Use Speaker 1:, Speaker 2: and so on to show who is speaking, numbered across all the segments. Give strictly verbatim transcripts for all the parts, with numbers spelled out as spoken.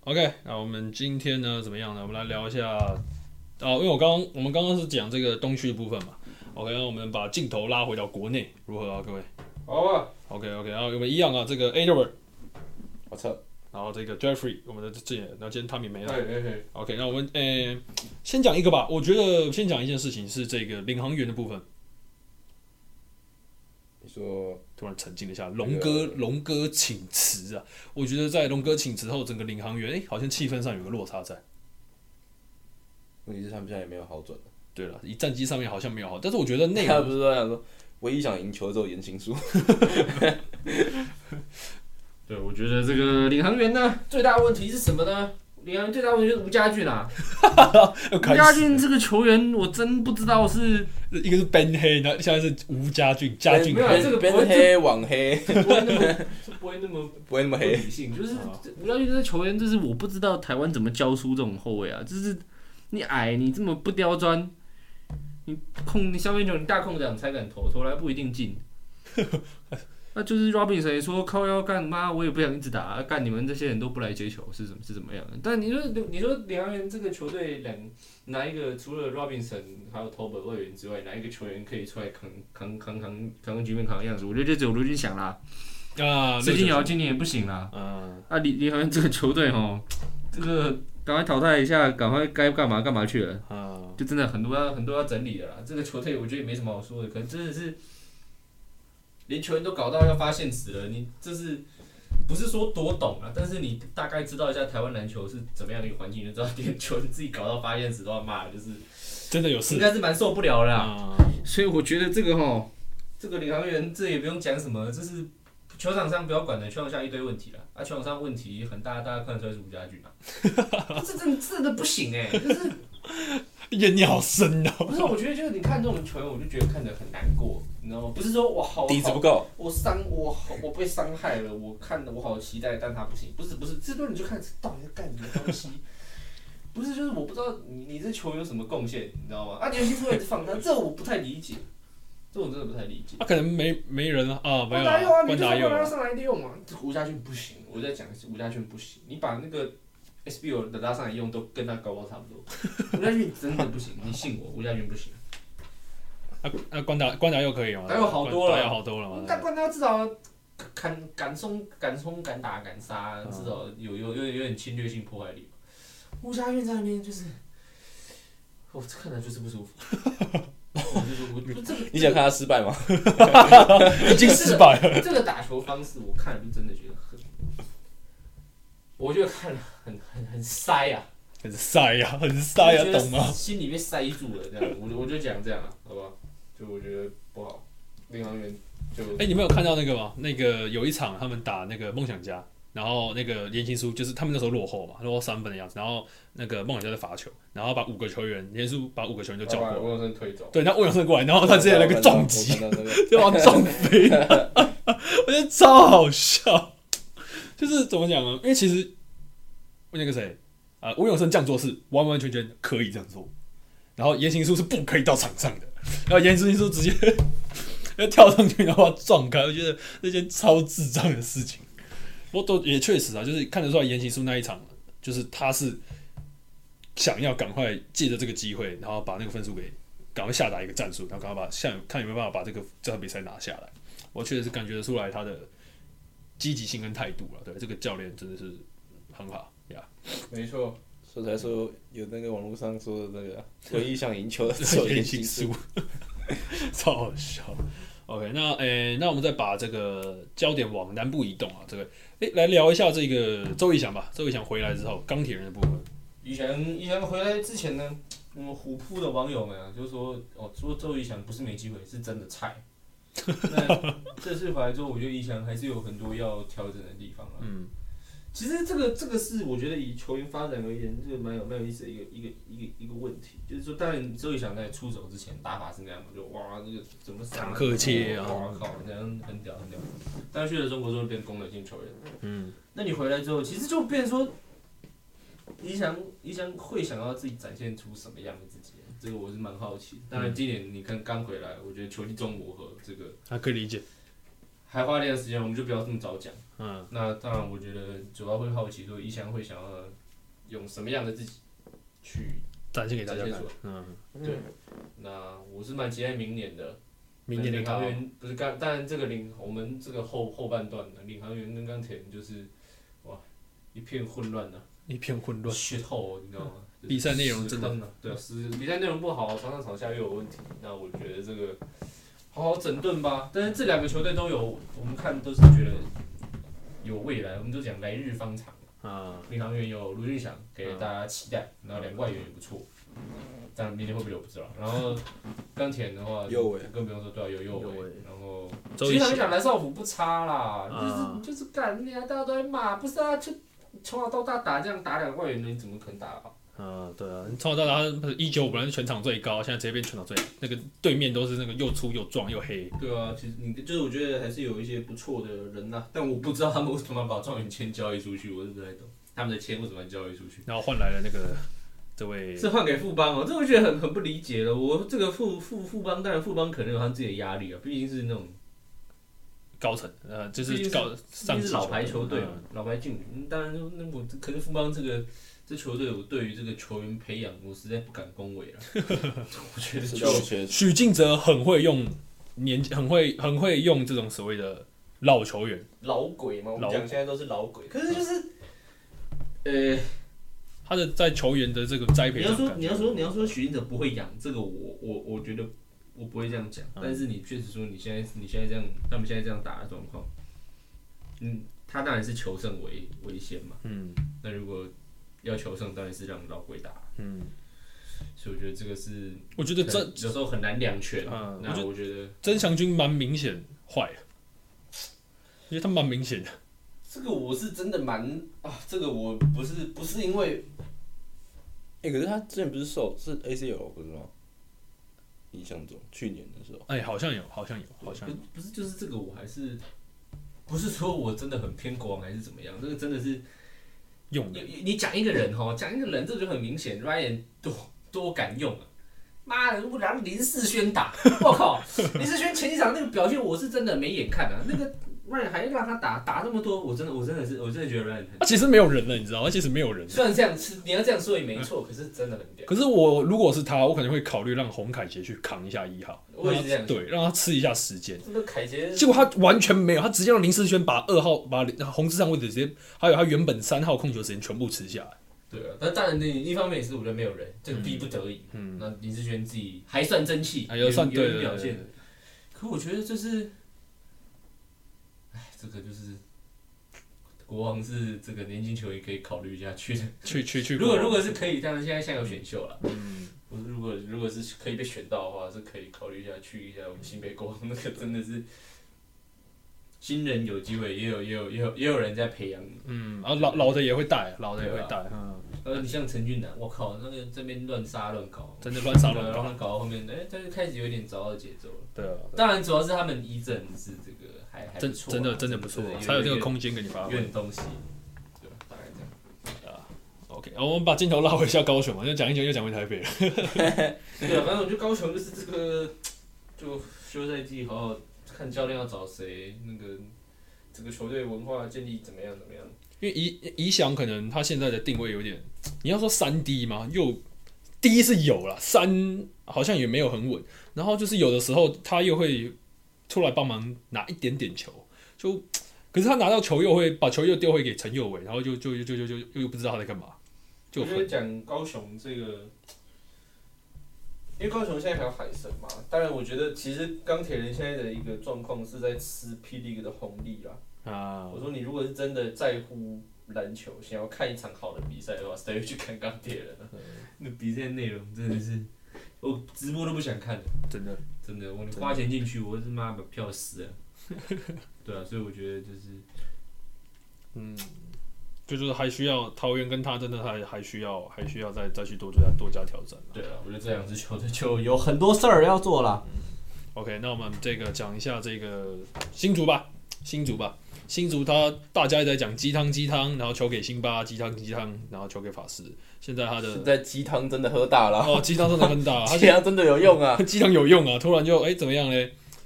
Speaker 1: OK， 那我们今天呢怎么样呢？我们来聊一下，哦，因为我刚刚我们刚刚是讲这个东区的部分嘛。OK， 那我们把镜头拉回到国内，如何啊，各位？
Speaker 2: 好啊。
Speaker 1: OK OK，然后我们一样啊，这个 Edward，
Speaker 2: 我操，
Speaker 1: 然后这个 Jeffrey， 我们的这，然后今天 Tommy 没来。
Speaker 2: 嘿嘿嘿
Speaker 1: OK， 那我们呃先讲一个吧。我觉得先讲一件事情是这个领航员的部分。
Speaker 2: 你说
Speaker 1: 突然沉静了一下，龙哥龙哥请辞啊！我觉得在龙哥请辞后，整个领航员哎、欸，好像气氛上有个落差在。
Speaker 2: 问题是他们现在也没有好转了。
Speaker 1: 对了，以战绩上面好像没有好，但是我觉得内容
Speaker 2: 他不是说想说，唯一想赢球只有言情书。对，我觉得这个领航员呢，最大的问题是什么呢？领航员最大的问题就是吴家俊啊。吴家俊这个球员，我真不知道是
Speaker 1: 一个是 Ben 黑，然后现在是吴家俊，家俊
Speaker 2: 黑。没有这个 Ben 黑网黑，
Speaker 1: 不
Speaker 2: 会那么不会那么
Speaker 1: 不会那么黑。
Speaker 2: 理性就是吴家俊这个球员，就是我不知道台湾怎么教出这种后卫啊，就是你矮，你这么不刁钻，你控你小面球，你大控场才敢投，投来不一定进。那就是 Robinson 也说靠腰干妈，我也不想一直打，干你们这些人都不来接球是怎么是怎么样的？但你说你说领航员这个球队两哪一个除了 Robinson 还有投本外援之外，哪一个球员可以出来扛扛扛扛扛局面扛的样子？我觉得就只有卢俊祥啦。啊，石金尧今年也不行啦。嗯。啊，领领航员这个球队吼，这个赶快淘汰一下，赶快该干嘛干嘛去了。啊。就真的很多要很多要整理的啦。这个球队我觉得也没什么好说的，可能真的是。连球员都搞到要发现词了，你这是不是说多懂啊？但是你大概知道一下台湾篮球是怎么样的一个环境，你就知道连球员自己搞到发现词都要骂，就是
Speaker 1: 真的有事，
Speaker 2: 应该是蛮受不了的啦。嗯、所以我觉得这个哈，这个领航员这也不用讲什么，这是球场上不要管的，球场下一堆问题了啊，球场上问题很大，大家看得出来是吴家俊啊，这真真的不行哎、欸，就是。
Speaker 1: 眼你好深哦！
Speaker 2: 不是，我觉得就是你看这种球员，我就觉得看得很难过，你知道吗？不是说我好
Speaker 3: 底子不够，
Speaker 2: 我伤我我被伤害了，我看的我好期待，但他不行。不是不是，这段你就看到底在干什么东西？不是，就是我不知道你你这球员有什么贡献，你知道吗？啊，你有些出来放他，这我不太理解，这我真的不太理解。
Speaker 1: 他、啊、可能没没人啊，啊没有
Speaker 2: 啊，
Speaker 1: 啊，
Speaker 2: 你就说
Speaker 1: 他
Speaker 2: 上来利用嘛。吴家俊不行，我在讲吴家俊不行，你把那个。S B O 的拉上来用都跟他高高差不多，吴家俊真的不行，你信我，吴家俊不行。
Speaker 1: 啊啊，关达关达又可以吗？
Speaker 2: 还有好多了，
Speaker 1: 有好多了嘛。
Speaker 2: 但关达至少敢敢冲敢冲敢打敢杀，至少有有有有点侵略性破坏力。吴家俊在那边就是，我看着就是不舒服。
Speaker 3: 你想看他失败吗？
Speaker 1: 已经失败了。
Speaker 2: 这个打球方式，我看了就真的觉得很。我觉得看了很很很塞啊，
Speaker 1: 很塞呀、啊，很塞呀、啊，懂吗？
Speaker 2: 心里被塞住了，这样，我我就讲这样，好不好？就我觉得不好，领航员就。
Speaker 1: 哎、欸，你们有看到那个吗？那个有一场他们打那个梦想家，然后那个言情书就是他们那时候落后嘛，落后三分的样子，然后那个梦想家在罚球，然后把五个球员，言情书把五个球员都叫过来，
Speaker 2: 欧阳生推走，
Speaker 1: 对，然后欧阳生过来，然后他直接来个撞击，就把他撞飞了，我觉得超好笑。就是怎么讲呢？因为其实那个谁啊，吴永胜这样做是完完全全可以这样做，然后言行书是不可以到场上的，然后言行书直接跳上去然后把他撞开，我觉得那件超智障的事情。不过都也确实啊，就是看得出来言行书那一场，就是他是想要赶快借着这个机会，然后把那个分数给赶快下达一个战术，然后赶快把下看有没有办法把这个这场比赛拿下来。我确实是感觉得出来他的积极性跟态度了，对这个教练真的是很好呀。
Speaker 2: 没错，
Speaker 3: 所以才说有那个网络上说的那个唯一想赢球的只有言行书，
Speaker 1: 超好笑。OK， 那诶、欸，那我们再把这个焦点往南部移动啊，这个诶、欸、来聊一下这个周逸翔吧。周逸翔回来之后，钢铁人的部分。
Speaker 2: 以前以前回来之前呢，我们虎扑的网友们啊，就说哦，说周逸翔不是没机会，是真的菜。那这次回来之后，我觉得逸翔还是有很多要调整的地方啊。嗯，其实这个这个是我觉得以球员发展而言，这个蛮有蛮有意思的一个一个一个一个问题，就是说，当然周逸翔在出手之前打法是那样，就哇这个怎么
Speaker 1: 坦克切啊，
Speaker 2: 哇靠，这样很屌很屌。但是去了中国之后变功能性球员，嗯，那你回来之后，其实就变成说，逸翔逸翔会想要自己展现出什么样的自己？这个我是蛮好奇。当然，今年你看刚回来，我觉得球技中磨合这个
Speaker 1: 还可以理解。
Speaker 2: 还花点时间，我们就不要这么早讲。
Speaker 1: 嗯，
Speaker 2: 那当然，我觉得主要会好奇说，一翔会想要用什么样的自己去
Speaker 1: 展现给大家看
Speaker 2: 展现出来。
Speaker 1: 嗯，
Speaker 2: 对，那我是蛮期待明年的。
Speaker 1: 明年的
Speaker 2: 领航员不是刚，当然这个领我们这个后后半段的领航员跟钢铁人就是哇一片混乱呐、啊，
Speaker 1: 一片混乱，
Speaker 2: 血透，你知道吗？
Speaker 1: 比赛内容真的，
Speaker 2: 啊、对啊，是比赛内容不好，场上场下又有问题，那我觉得这个好好整顿吧。但是这两个球队都有，我们看都是觉得有未来，我们都讲来日方长。
Speaker 1: 啊，
Speaker 2: 领航员有卢俊祥给大家期待，然后两个外援也不错。但明年会不会有不知道。然后钢铁人的话，
Speaker 3: 右卫
Speaker 2: 更不用说，对啊，有右卫。然后
Speaker 1: 其
Speaker 2: 实他们讲蓝少辅不差啦，
Speaker 1: 啊、
Speaker 2: 就是就是干你啊，大家都在骂，不是啊，就从小到大打这样打两个外援的，你怎么可能打好？
Speaker 1: 啊，对啊，从小到大一九五本来是全场最高，现在直接变全场最那个对面都是那个又粗又壮又黑。
Speaker 2: 对啊，其实你就是我觉得还是有一些不错的人呐、啊，但我不知道他们为什么把状元签交易出去，我是不太懂他们的签为什么要交易出去。
Speaker 1: 然后换来了那个这位
Speaker 2: 是换给富邦哦，这我觉得很很不理解了。我这个富富富邦，当然富邦可能有他自己的压力啊，毕竟是那种
Speaker 1: 高层，呃，就是高上
Speaker 2: 是老牌球队嘛，嗯、老牌劲旅。当然，那我可是富邦这个。这球队我对于这个球员培养，我实在不敢恭维了。我觉得就
Speaker 1: 许晋哲很会用年，很会很会用这种所谓的老球员，
Speaker 2: 老鬼嘛，我们讲现在都是老鬼。可是就是，呃，
Speaker 1: 他的在球员的这个栽培
Speaker 2: 上，你要说你要说你要说许晋哲不会养这个我，我我我觉得我不会这样讲。嗯、但是你确实说你现在你现在这样，他们现在这样打的状况，嗯，他当然是求胜为为先嘛。嗯，那如果要求胜当然是让老鬼打，嗯，所以我觉得这个是，
Speaker 1: 我觉得真
Speaker 2: 有时候很难两全。嗯，那我觉得
Speaker 1: 曾祥军蛮明显坏的，因为他蛮明显的。
Speaker 2: 这个我是真的蛮啊，这个我不是不是因为，
Speaker 3: 哎、欸，可是他之前不是受是 A C L 不是吗？印象中去年的时候，
Speaker 1: 哎、欸，好像有，好像有，好像有
Speaker 2: 不不是就是这个我还是不是说我真的很偏国王还是怎么样，这个真的是。
Speaker 1: 用的
Speaker 2: 你你讲一个人哈，讲一个人，这就很明显 ，Ryan 多多敢用啊！妈的，不让林世轩打，我靠！林世轩前几场那个表现，我是真的没眼看啊。那个 Ryan 还让他打打这么多，我真的我真的是我真的觉得 Ryan 很。
Speaker 1: 他其实没有人了，你知道吗？其实没有人。
Speaker 2: 虽然这样，你要这样说也没错，可是真的很屌。
Speaker 1: 可是我如果是他，我可能会考虑让洪凯杰去扛一下一号，
Speaker 2: 我也是这样。
Speaker 1: 对，让他吃一下时间。
Speaker 2: 这个凯杰，
Speaker 1: 结果他完全没有，他直接让林世轩把二号、把洪志上位置直接，还有他原本三号控球时间全部吃下来。
Speaker 2: 对啊，但当然，你一方面也是我觉得没有人，这个逼不得已。嗯，那林志轩自己还算争气，
Speaker 1: 还算
Speaker 2: 有有表现。可我觉得就是，哎，这个就是国王是这个年轻球员可以考虑一下去的。
Speaker 1: 去去去。
Speaker 2: 如果如果是可以，当然现在现在有选秀了。嗯。如果如果是可以被选到的话，是可以考虑一下去一下我们新北国王，那个真的是。新人有机会，也有也有也有也有人在培养你。嗯，
Speaker 1: 然后老老的也会带，老的也会带。
Speaker 2: 嗯。呃，你像陈俊南，我靠，那个这边乱杀乱搞，
Speaker 1: 真的乱杀乱搞，
Speaker 2: 然后搞到后面，哎、欸，他就开始有点找到节奏了。
Speaker 1: 对啊。
Speaker 2: 当然，主要是他们一阵是这个还还不错，
Speaker 1: 真的真的不错，才有这个空间给你发挥。
Speaker 2: 有点东西，对吧？大概这样。
Speaker 1: 啊 ，OK， 我们把镜头拉回一下高雄嘛，就讲一讲又讲回台北了。
Speaker 2: 对啊，反正我觉得高雄就是这个，就休赛季好好看教练要找谁，那个。这个球队文化建立怎么样？怎么样？
Speaker 1: 因为宜宜翔可能他现在的定位有点，你要说三 D 吗？又 D 是有啦，三好像也没有很稳。然后就是有的时候他又会出来帮忙拿一点点球，就可是他拿到球又会把球又丢回给陈佑伟，然后就就就就就又不知道他在干嘛。就
Speaker 2: 我觉得讲高雄这个，因为高雄现在还有海神嘛，当然我觉得其实钢铁人现在的一个状况是在吃霹雳的红利啦。啊！我说你如果是真的在乎篮球，想要看一场好的比赛的话，谁会去看钢铁人呢？那比赛内容真的是，我直播都不想看的，
Speaker 1: 真的
Speaker 2: 真的，我花钱进去，我是妈把票撕了。对啊，所以我觉得就是，
Speaker 1: 嗯，就是还需要桃园跟他真的还还需要还需要再再去多加多加挑战。
Speaker 2: 对啊，我觉得这两支球队就有很多事儿要做啦。
Speaker 1: 嗯 OK， 那我们这个讲一下这个新竹吧，新竹吧。新竹他大家也在讲鸡汤鸡汤，然后球给辛巴鸡汤鸡汤，然后球给法师。现在他的
Speaker 3: 现在鸡汤真的喝大了
Speaker 1: 哦，鸡汤真的很大，
Speaker 3: 鸡汤真的有用啊，
Speaker 1: 鸡汤有用啊！突然就哎、欸、怎么样嘞？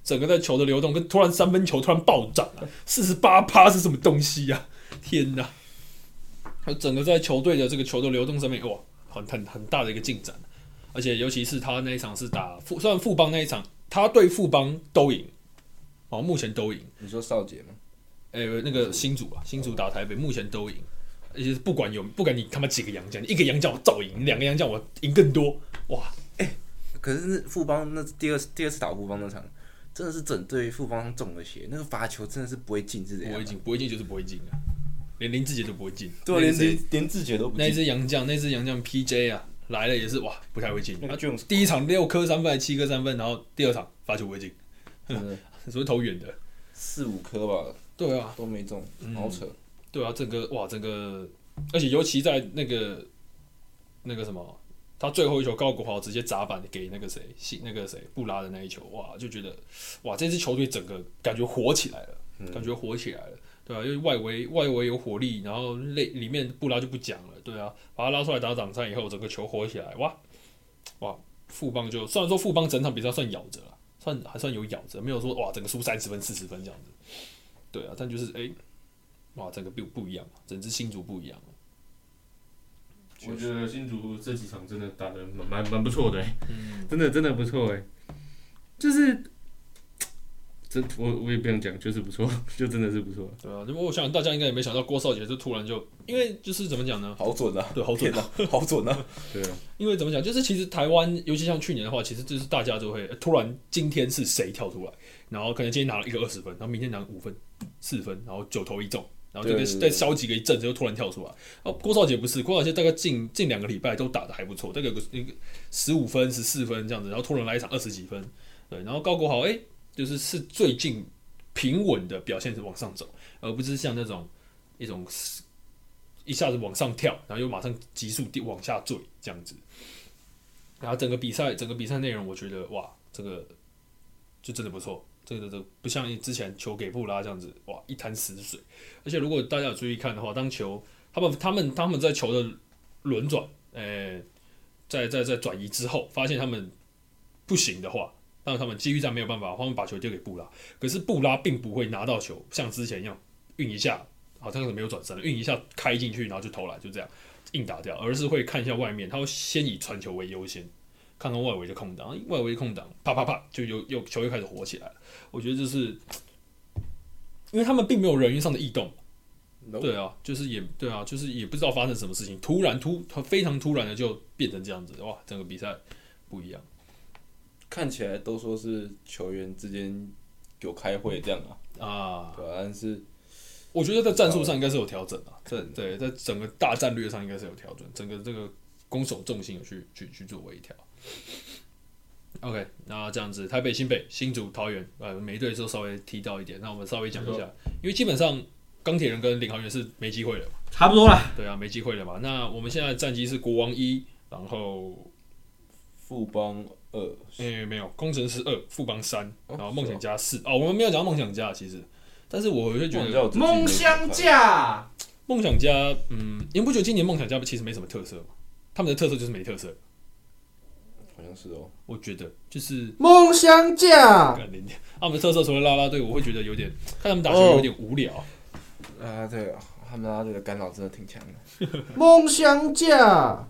Speaker 1: 整个在球的流动跟突然三分球突然暴涨啊，四十八趴是什么东西啊？天哪！他整个在球队的这个球的流动上面，哇，很很很大的一个进展。而且尤其是他那一场是打富，虽然富邦那一场他对富邦都赢，哦，目前都赢。
Speaker 3: 你说少杰吗？
Speaker 1: 哎、欸，那个新竹啊，新竹打台北，目前都赢。而且不管有不管你他妈几个洋将，一个洋将我照赢，两个洋将我赢更多，哇！
Speaker 3: 哎、欸，可是富邦那第二第二次打富邦那场，真的是整队富邦中了血，那个罚球真的是不会进，是怎样？
Speaker 1: 不会进，不会进就是不会进啊，连林志杰都不会进，
Speaker 3: 对，连连连志杰都不进。
Speaker 1: 那一只洋将，那只洋将 P J 啊来了也是哇，不太会进。
Speaker 3: 那
Speaker 1: 他第一场六颗三分，七颗三分，然后第二场罚球不会进，只会投远的，
Speaker 3: 四五颗吧。
Speaker 1: 对啊，
Speaker 3: 都没中，好扯。
Speaker 1: 嗯、对啊，整个哇，整个，而且尤其在那个那个什么，他最后一球高国豪直接砸板给那个谁，那个谁布拉的那一球，哇，就觉得哇，这支球队整个感觉火起来了，嗯、感觉火起来了，对啊，因为外围外围有火力，然后内里面布拉就不讲了，对啊，把他拉出来打挡拆以后，整个球火起来，哇哇，富邦就虽然说富邦整场比赛算咬着了，算还算有咬着，没有说哇整个输三十分四十分这样子。对啊，但就是哎、欸，哇，整个不不一样，整支新竹不一样。
Speaker 2: 我觉得新竹这几场真的打得蛮蛮不错的、欸，
Speaker 1: 嗯，
Speaker 2: 真的真的不错哎、欸，就是真我我也不想讲，就是不错，就真的是不错。
Speaker 1: 对啊，因为我想大家应该也没想到郭少杰就突然就，因为就是怎么讲呢？
Speaker 3: 好准啊！
Speaker 1: 对，好准
Speaker 3: 啊，好准啊！
Speaker 2: 对啊，
Speaker 1: 因为怎么讲，就是其实台湾，尤其像去年的话，其实就是大家都会突然今天是谁跳出来，然后可能今天拿了一个二十分，然后明天拿五分。四分，然后九投一中，然后就再消极个一阵子，就突然跳出来。哦，郭少杰不是，郭少杰大概近近两个礼拜都打得还不错，大概有个一个十五分、十四分这样子，然后突然来一场二十几分，对，然后高国豪哎、欸，就是是最近平稳的表现是往上走，而不是像那种一种一下子往上跳，然后又马上急速往下坠这样子。然后整个比赛整个比赛内容，我觉得哇，这个就真的不错。这个这个不像之前球给布拉这样子，哇，一潭死水。而且如果大家有注意看的话，当球他们他们他们在球的轮转，诶，在在在转移之后，发现他们不行的话，那他们机遇战没有办法，他们把球丢给布拉。可是布拉并不会拿到球，像之前一样运一下，好像是没有转身了，运一下开进去，然后就投篮，就这样硬打掉，而是会看一下外面，他会先以传球为优先。看到外围的空档，外围空档，啪啪啪，就有有球又开始火起来了。我觉得这是，因为他们并没有人员上的异动， no. 对啊，就是也对啊，就是也不知道发生什么事情，突然突非常突然的就变成这样子，哇，整个比赛不一样。
Speaker 3: 看起来都说是球员之间有开会这样啊，
Speaker 1: 啊，
Speaker 3: 对啊，但是
Speaker 1: 我觉得在战术上应该是有调整啊，在对，在整个大战略上应该是有调整，整个这个攻守重心有去去去做微调。OK， 那这样子，台北、新北、新竹、桃园，呃，每一队都稍微提到一点，那我们稍微讲一下，因为基本上钢铁人跟领航员是没机会了嘛，
Speaker 2: 差不多了。
Speaker 1: 对啊，没机会了嘛。那我们现在的战绩是国王一，然后
Speaker 3: 富邦二，
Speaker 1: 诶、欸、没有，工程师二，富邦三，然后梦想家四。哦，我们没有讲到梦想家，其实，但是我会觉得
Speaker 2: 梦想家，
Speaker 1: 梦想家，嗯，你不觉得今年梦想家其实没什么特色吗？他们的特色就是没特色。
Speaker 3: 好像是哦，
Speaker 1: 我觉得就是
Speaker 2: 梦想家，
Speaker 1: 他们的特色除了啦啦队，我会觉得有点看他们打球有点无聊。
Speaker 3: 啊，对啊，他们啦啦队的干扰真的挺强的。
Speaker 2: 梦想家，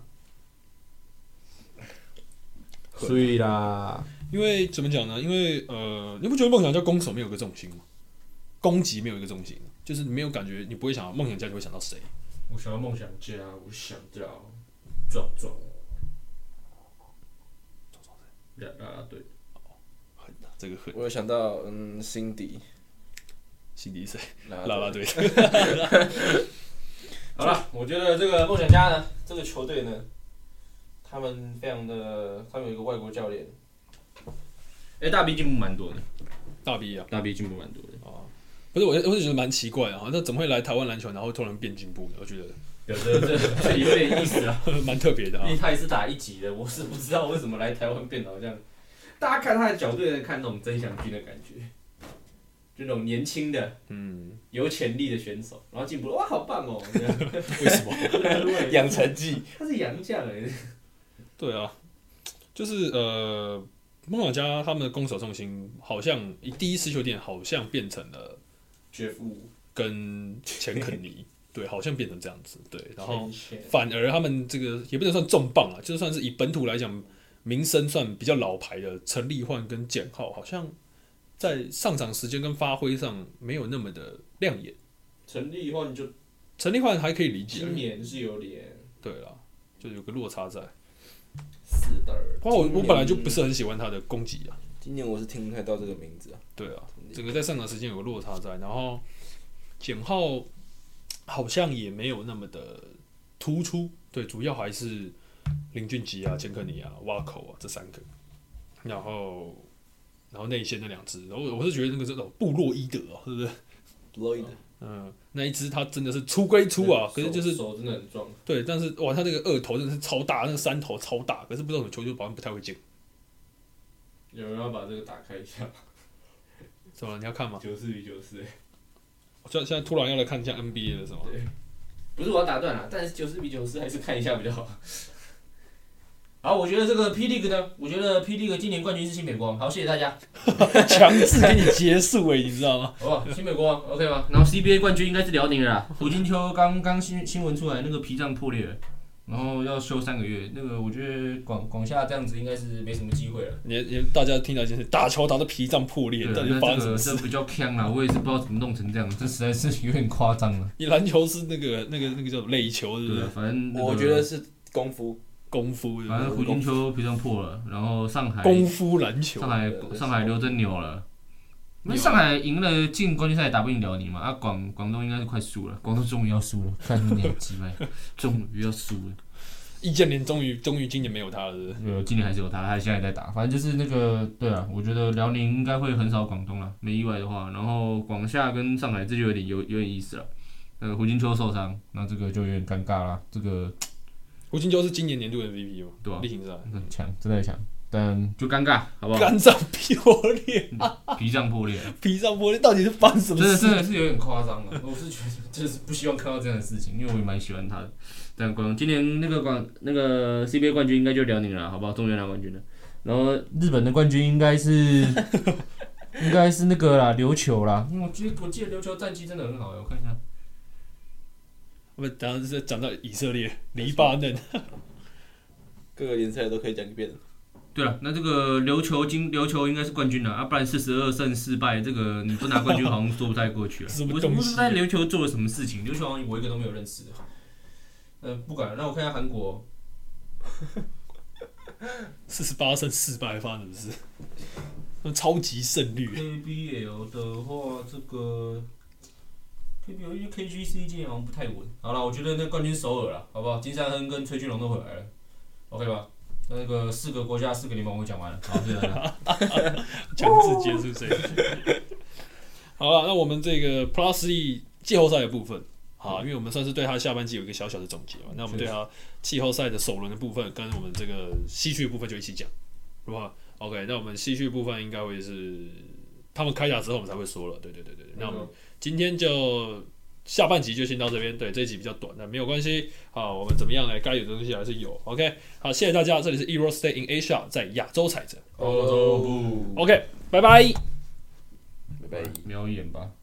Speaker 2: 所以啦，
Speaker 1: 因为怎么讲呢？因为呃，你不觉得梦想家攻守没有一个重心吗？攻击没有一个重心，就是你没有感觉，你不会想到梦想家，就会想到谁？
Speaker 2: 我想到梦想家，我想到壮壮。啦啦队，
Speaker 1: 狠啊，这个狠。
Speaker 3: 我有想到，嗯，辛迪，
Speaker 1: 辛迪谁？啦啦队。
Speaker 2: 好了，我觉得这个梦想家呢，这个球队呢，他们非常的，他们有一个外国教练，哎、欸，大 B 进步蛮多的。
Speaker 1: 大 B 啊，
Speaker 2: 大 B 进步蛮多的
Speaker 1: 啊。不是我，我是觉得蛮奇怪啊，那怎么会来台湾篮球，然后突然变进步呢？我觉得。
Speaker 2: 有这这这有点意思啊，
Speaker 1: 蛮特别的啊。
Speaker 2: 因为他也是打一级的，我是不知道为什么来台湾变好像，大家看他的角度，看那种曾祥军的感觉，就那种年轻的，嗯，有潜力的选手，然后进步了，哇，好棒哦！
Speaker 1: 为什么？
Speaker 3: 养成记，
Speaker 2: 他是洋将哎。
Speaker 1: 对啊，就是呃， 梦想家他们的攻守重心好像第一持球点好像变成了
Speaker 2: 绝夫
Speaker 1: 跟钱肯尼，对，好像变成这样子，对，然后反而他们这个也不能算重磅啊，就算是以本土来讲，名声算比较老牌的陈立焕跟简浩，好像在上场时间跟发挥上没有那么的亮眼。
Speaker 2: 陈立焕就
Speaker 1: 陈立焕还可以理解，
Speaker 2: 今年是有点
Speaker 1: 对啦，就有个落差在。
Speaker 2: 是的，
Speaker 1: 不过我我本来就不是很喜欢他的攻击啊。
Speaker 3: 今年我是听不太到这个名字啊。
Speaker 1: 对啊，整个在上场时间有个落差在，然后简浩好像也没有那么的突出，对，主要还是林俊杰啊、钱肯尼啊、挖口啊这三个，然后然后内线那两只，然后我是觉得那个这种布洛伊德啊，是不是？
Speaker 3: 布洛伊德，
Speaker 1: 嗯，那一只他真的是出归出啊，可是就是
Speaker 2: 手真的很壮，
Speaker 1: 对，但是哇，他这个二头真的是超大，那个三头超大，可是不知道怎么球就好像不太会进。
Speaker 2: 有人要把这个打开一下，
Speaker 1: 怎么了？你要看吗？
Speaker 2: 九四比九四，
Speaker 1: 现在现在突然要来看一下 N B A 了，是吗？
Speaker 2: 对，不是我要打断了，但是九四比九四还是看一下比较好。好，我觉得这个 P League 呢，我觉得 P League 今年冠军是新美国王。好，谢谢大家。
Speaker 1: 强制给你结束哎、欸，你知道吗？
Speaker 2: 好不好？新美国王 OK 吗？然后 C B A 冠军应该是辽宁了啦。胡金秋刚刚新新闻出来，那个脾脏破裂了，然后要休三个月。那个我觉得广广厦这样子应该是没什么机会了。
Speaker 1: 你你大家听到一件事，打球打到脾脏破裂，到底是发生什么事？
Speaker 2: 这比较呛啦，我也是不知道怎么弄成这样，这实在是有点夸张了。
Speaker 1: 你篮球是那个那个那个叫垒球，是不是？
Speaker 2: 对，反正、那個、
Speaker 3: 我觉得是功夫。
Speaker 1: 功夫，
Speaker 2: 反正胡金秋脾脏破了，然后上海
Speaker 1: 功夫篮球，
Speaker 2: 上海上海刘真牛了，因为上海赢了进冠军赛也打不赢辽宁嘛，啊广广东应该是快输了，广东终于要输了，看你很鸡掰，终于要输了。
Speaker 1: 易建联终于终于今年没有他了是不是，
Speaker 2: 呃，今年还是有他，他现在也在打，反正就是那个对啊，我觉得辽宁应该会横扫广东了，没意外的话，然后广厦跟上海这就有点有有点意思了，呃胡金秋受伤，那这个就有点尴尬啦，这个。
Speaker 1: 胡金秋是今年年度 M V P 嘛？
Speaker 2: 对啊，
Speaker 1: 例行赛
Speaker 2: 很强，真的强，但就尴尬，好不好？
Speaker 1: 肝脏破裂，
Speaker 2: 脾脏破裂，
Speaker 1: 脾脏破裂，到底是发生什么事？
Speaker 2: 真的真的是有点夸张了。我是觉得就是不希望看到这样的事情，因为我也蛮喜欢他的。但广今年那个广那个 C B A 冠军应该就辽宁了，好不好？中原拿冠军了。然后日本的冠军应该是应该是那个啦，琉球啦。我记得我记得琉球战绩真的很好，我看一下。
Speaker 1: 我们等下是讲到以色列、黎巴嫩，
Speaker 3: 各个联赛都可以讲一遍。
Speaker 2: 对了，那这个琉球金琉球应该是冠军了啊，不然四十二胜四败，这个你不拿冠军好像说不太过去啊。
Speaker 1: 什么
Speaker 2: 我
Speaker 1: 东西？
Speaker 2: 不是在琉球做了什么事情？琉球好像我一个都没有认识的。呃，不管了，那我看一下韩国。
Speaker 1: 四十八胜四败，发生什么事？那超级胜率。
Speaker 2: K B L 的话，这个。K B L 因为 K G C 今年好像不太稳。好了，我觉得那冠军首尔了，好不好？金山亨跟崔俊龙都回来了 ，OK 吧？那个四个国家、四个联盟我讲完了，好，谢谢大家。
Speaker 1: 强制结束这一局。好了，那我们这个 Plus E 季后赛的部分，好，因为我们算是对他下半季有一个小小的总结嘛，那我们对他季后赛的首轮的部分，跟我们这个西区的部分就一起讲，如果 OK， 那我们西区的部分应该会是他们开打之后我们才会说了，对对对对。那我们今天就下半集就先到这边，对，这一集比较短，但没有关系。好，我们怎么样呢？该有的东西还是有。OK， 好，谢谢大家，这里是 Euro Stay in Asia， 在亚洲踩着。
Speaker 2: 欧洲部。
Speaker 1: OK， 拜拜。
Speaker 3: 拜拜。
Speaker 2: 瞄一眼吧。